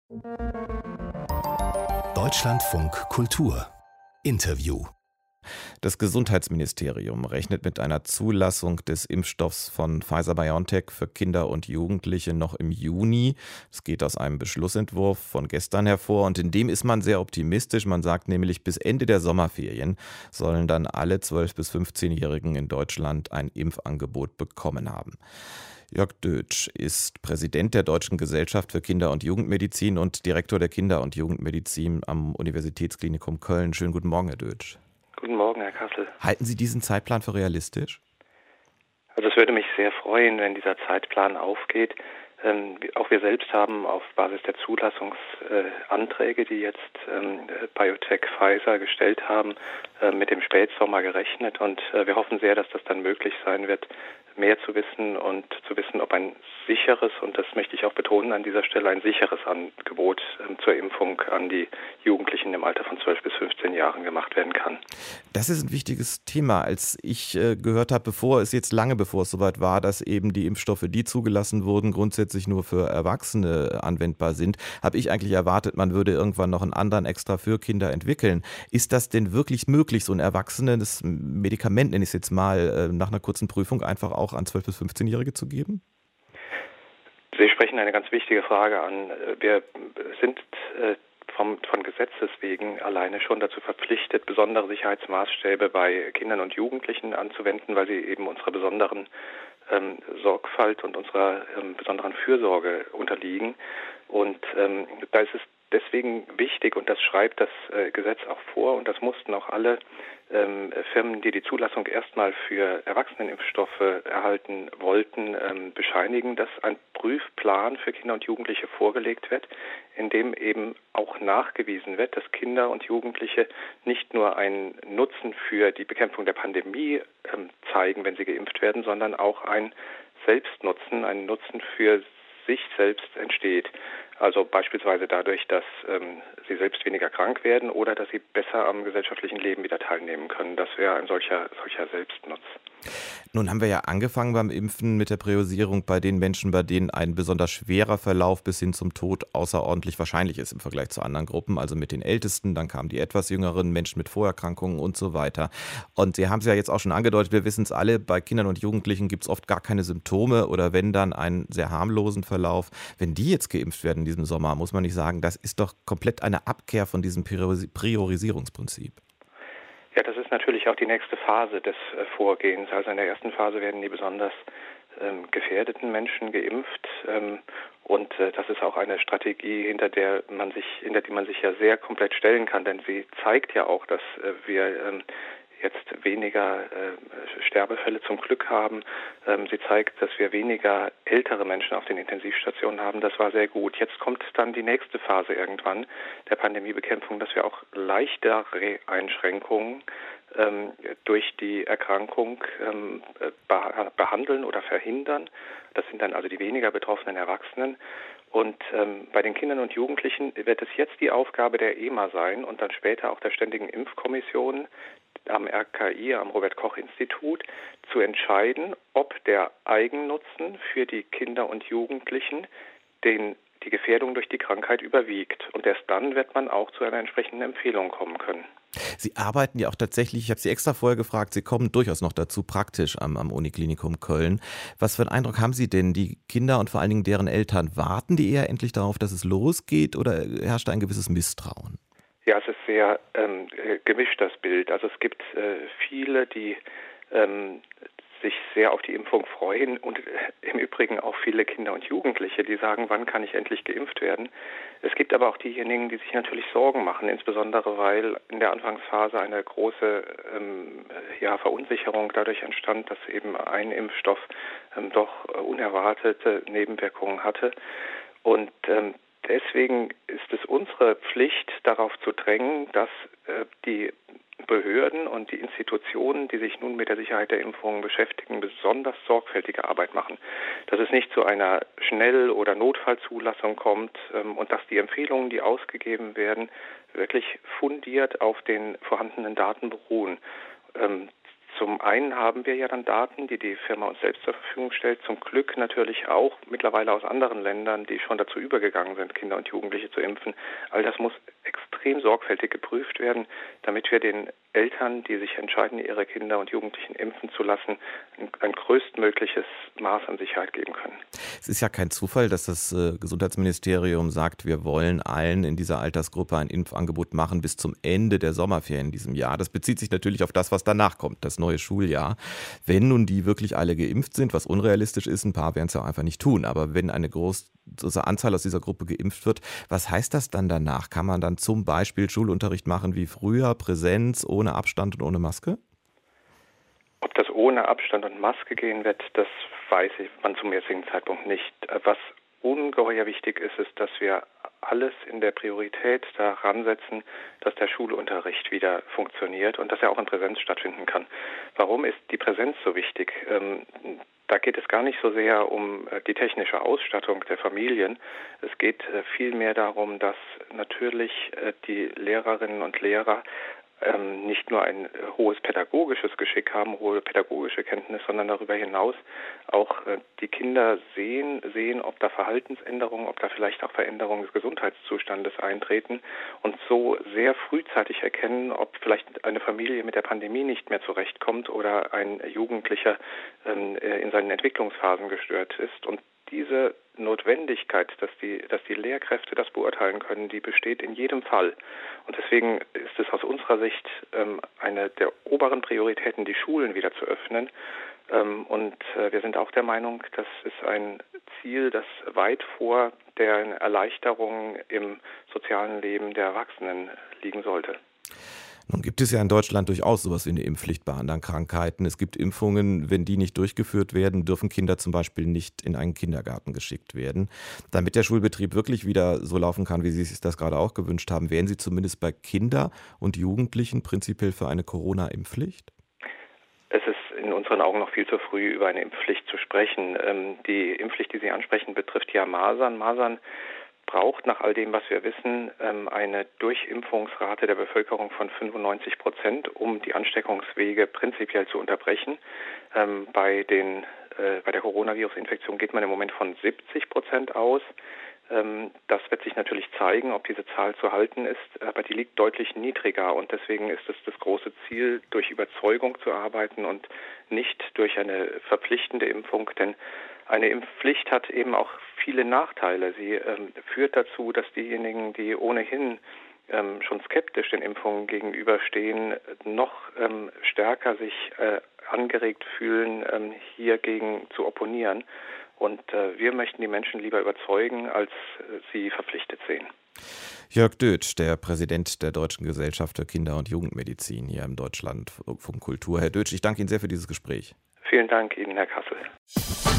Deutschlandfunk Kultur Interview. Das Gesundheitsministerium rechnet mit einer Zulassung des Impfstoffs von Pfizer-BioNTech für Kinder und Jugendliche noch im Juni. Es geht aus einem Beschlussentwurf von gestern hervor und in dem ist man sehr optimistisch. Man sagt nämlich, bis Ende der Sommerferien sollen dann alle 12- bis 15-Jährigen in Deutschland ein Impfangebot bekommen haben. Jörg Dötsch ist Präsident der Deutschen Gesellschaft für Kinder- und Jugendmedizin und Direktor der Kinder- und Jugendmedizin am Universitätsklinikum Köln. Schönen guten Morgen, Herr Dötsch. Guten Morgen, Herr Kassel. Halten Sie diesen Zeitplan für realistisch? Also es würde mich sehr freuen, wenn dieser Zeitplan aufgeht. Auch wir selbst haben auf Basis der Zulassungsanträge, die jetzt BioNTech Pfizer gestellt haben, mit dem Spätsommer gerechnet und wir hoffen sehr, dass das dann möglich sein wird, mehr zu wissen und zu wissen, ob ein sicheres, und das möchte ich auch betonen an dieser Stelle, ein sicheres Angebot zur Impfung an die Jugendlichen im Alter von 12 bis 15 Jahren gemacht werden kann. Das ist ein wichtiges Thema. Als ich gehört habe, bevor es soweit war, dass eben die Impfstoffe, die zugelassen wurden, grundsätzlich nur für Erwachsene anwendbar sind, habe ich eigentlich erwartet, man würde irgendwann noch einen anderen extra für Kinder entwickeln. Ist das denn wirklich möglich, so ein erwachsenes Medikament, nenne ich es jetzt mal, nach einer kurzen Prüfung einfach auch an 12- bis 15-Jährige zu geben? Sie sprechen eine ganz wichtige Frage an. Wir sind von Gesetzes wegen alleine schon dazu verpflichtet, besondere Sicherheitsmaßstäbe bei Kindern und Jugendlichen anzuwenden, weil sie eben unserer besonderen Sorgfalt und unserer besonderen Fürsorge unterliegen. Und da ist es deswegen wichtig, und das schreibt das Gesetz auch vor, und das mussten auch alle Firmen, die die Zulassung erstmal für Erwachsenenimpfstoffe erhalten wollten, bescheinigen, dass ein Prüfplan für Kinder und Jugendliche vorgelegt wird, in dem eben auch nachgewiesen wird, dass Kinder und Jugendliche nicht nur einen Nutzen für die Bekämpfung der Pandemie zeigen, wenn sie geimpft werden, sondern auch einen Selbstnutzen, einen Nutzen für sich selbst entsteht. Also beispielsweise dadurch, dass sie selbst weniger krank werden oder dass sie besser am gesellschaftlichen Leben wieder teilnehmen können. Das wäre ein solcher Selbstnutz. Nun haben wir ja angefangen beim Impfen mit der Priorisierung bei den Menschen, bei denen ein besonders schwerer Verlauf bis hin zum Tod außerordentlich wahrscheinlich ist im Vergleich zu anderen Gruppen. Also mit den Ältesten, dann kamen die etwas jüngeren Menschen mit Vorerkrankungen und so weiter. Und Sie haben es ja jetzt auch schon angedeutet, wir wissen es alle, bei Kindern und Jugendlichen gibt es oft gar keine Symptome oder wenn dann einen sehr harmlosen Verlauf. Wenn die jetzt geimpft werden in diesem Sommer, muss man nicht sagen, das ist doch komplett eine Abkehr von diesem Priorisierungsprinzip. Ja, das ist natürlich auch die nächste Phase des Vorgehens. Also in der ersten Phase werden die besonders gefährdeten Menschen geimpft und das ist auch eine Strategie, hinter die man sich ja sehr komplett stellen kann, denn sie zeigt ja auch, dass wir jetzt weniger Sterbefälle zum Glück haben. Sie zeigt, dass wir weniger ältere Menschen auf den Intensivstationen haben. Das war sehr gut. Jetzt kommt dann die nächste Phase irgendwann der Pandemiebekämpfung, dass wir auch leichtere Einschränkungen durch die Erkrankung behandeln oder verhindern. Das sind dann also die weniger betroffenen Erwachsenen. Und bei den Kindern und Jugendlichen wird es jetzt die Aufgabe der EMA sein und dann später auch der Ständigen Impfkommission am RKI, am Robert-Koch-Institut, zu entscheiden, ob der Eigennutzen für die Kinder und Jugendlichen die Gefährdung durch die Krankheit überwiegt. Und erst dann wird man auch zu einer entsprechenden Empfehlung kommen können. Sie arbeiten ja auch tatsächlich, ich habe Sie extra vorher gefragt, Sie kommen durchaus noch dazu praktisch am Uniklinikum Köln. Was für einen Eindruck haben Sie denn? Die Kinder und vor allen Dingen deren Eltern, warten die eher endlich darauf, dass es losgeht oder herrscht da ein gewisses Misstrauen? Ja, es ist sehr gemischt, das Bild. Also es gibt viele, die sich sehr auf die Impfung freuen und im Übrigen auch viele Kinder und Jugendliche, die sagen, wann kann ich endlich geimpft werden. Es gibt aber auch diejenigen, die sich natürlich Sorgen machen, insbesondere weil in der Anfangsphase eine große Verunsicherung dadurch entstand, dass eben ein Impfstoff doch unerwartete Nebenwirkungen hatte. Und deswegen ist es unsere Pflicht, darauf zu drängen, dass die Behörden und die Institutionen, die sich nun mit der Sicherheit der Impfungen beschäftigen, besonders sorgfältige Arbeit machen. Dass es nicht zu einer Schnell- oder Notfallzulassung kommt und dass die Empfehlungen, die ausgegeben werden, wirklich fundiert auf den vorhandenen Daten beruhen. Zum einen haben wir ja dann Daten, die die Firma uns selbst zur Verfügung stellt. Zum Glück natürlich auch mittlerweile aus anderen Ländern, die schon dazu übergegangen sind, Kinder und Jugendliche zu impfen. All das muss extrem sorgfältig geprüft werden, damit wir den Eltern, die sich entscheiden, ihre Kinder und Jugendlichen impfen zu lassen, ein größtmögliches Maß an Sicherheit geben können. Es ist ja kein Zufall, dass das Gesundheitsministerium sagt, wir wollen allen in dieser Altersgruppe ein Impfangebot machen bis zum Ende der Sommerferien in diesem Jahr. Das bezieht sich natürlich auf das, was danach kommt, das neue Schuljahr. Wenn nun die wirklich alle geimpft sind, was unrealistisch ist, ein paar werden es ja auch einfach nicht tun, aber wenn eine große Anzahl aus dieser Gruppe geimpft wird, was heißt das dann danach? Kann man dann zum Beispiel Schulunterricht machen wie früher, Präsenz, ohne Abstand und ohne Maske? Ob das ohne Abstand und Maske gehen wird, das weiß man zum jetzigen Zeitpunkt nicht. Was ungeheuer wichtig ist, ist, dass wir alles in der Priorität daran setzen, dass der Schulunterricht wieder funktioniert und dass er auch in Präsenz stattfinden kann. Warum ist die Präsenz so wichtig? Da geht es gar nicht so sehr um die technische Ausstattung der Familien. Es geht vielmehr darum, dass natürlich die Lehrerinnen und Lehrer nicht nur ein hohes pädagogisches Geschick haben, hohe pädagogische Kenntnis, sondern darüber hinaus auch die Kinder sehen, ob da Verhaltensänderungen, ob da vielleicht auch Veränderungen des Gesundheitszustandes eintreten und so sehr frühzeitig erkennen, ob vielleicht eine Familie mit der Pandemie nicht mehr zurechtkommt oder ein Jugendlicher in seinen Entwicklungsphasen gestört ist. Und diese Notwendigkeit, dass die Lehrkräfte das beurteilen können, die besteht in jedem Fall. Und deswegen ist es aus unserer Sicht eine der oberen Prioritäten, die Schulen wieder zu öffnen. Und wir sind auch der Meinung, das ist ein Ziel, das weit vor der Erleichterung im sozialen Leben der Erwachsenen liegen sollte. Nun gibt es ja in Deutschland durchaus sowas wie eine Impfpflicht bei anderen Krankheiten. Es gibt Impfungen, wenn die nicht durchgeführt werden, dürfen Kinder zum Beispiel nicht in einen Kindergarten geschickt werden. Damit der Schulbetrieb wirklich wieder so laufen kann, wie Sie sich das gerade auch gewünscht haben, wären Sie zumindest bei Kinder und Jugendlichen prinzipiell für eine Corona-Impfpflicht? Es ist in unseren Augen noch viel zu früh, über eine Impfpflicht zu sprechen. Die Impfpflicht, die Sie ansprechen, betrifft ja Masern. Masern braucht nach all dem, was wir wissen, eine Durchimpfungsrate der Bevölkerung von 95%, um die Ansteckungswege prinzipiell zu unterbrechen. Bei der Coronavirus-Infektion geht man im Moment von 70% aus. Das wird sich natürlich zeigen, ob diese Zahl zu halten ist, aber die liegt deutlich niedriger und deswegen ist es das große Ziel, durch Überzeugung zu arbeiten und nicht durch eine verpflichtende Impfung, denn eine Impfpflicht hat eben auch viele Nachteile. Sie führt dazu, dass diejenigen, die ohnehin schon skeptisch den Impfungen gegenüberstehen, noch stärker sich angeregt fühlen, hiergegen zu opponieren. Und wir möchten die Menschen lieber überzeugen, als sie verpflichtet sehen. Jörg Dötsch, der Präsident der Deutschen Gesellschaft für Kinder- und Jugendmedizin hier im Deutschlandfunk Kultur. Herr Dötsch, ich danke Ihnen sehr für dieses Gespräch. Vielen Dank Ihnen, Herr Kassel.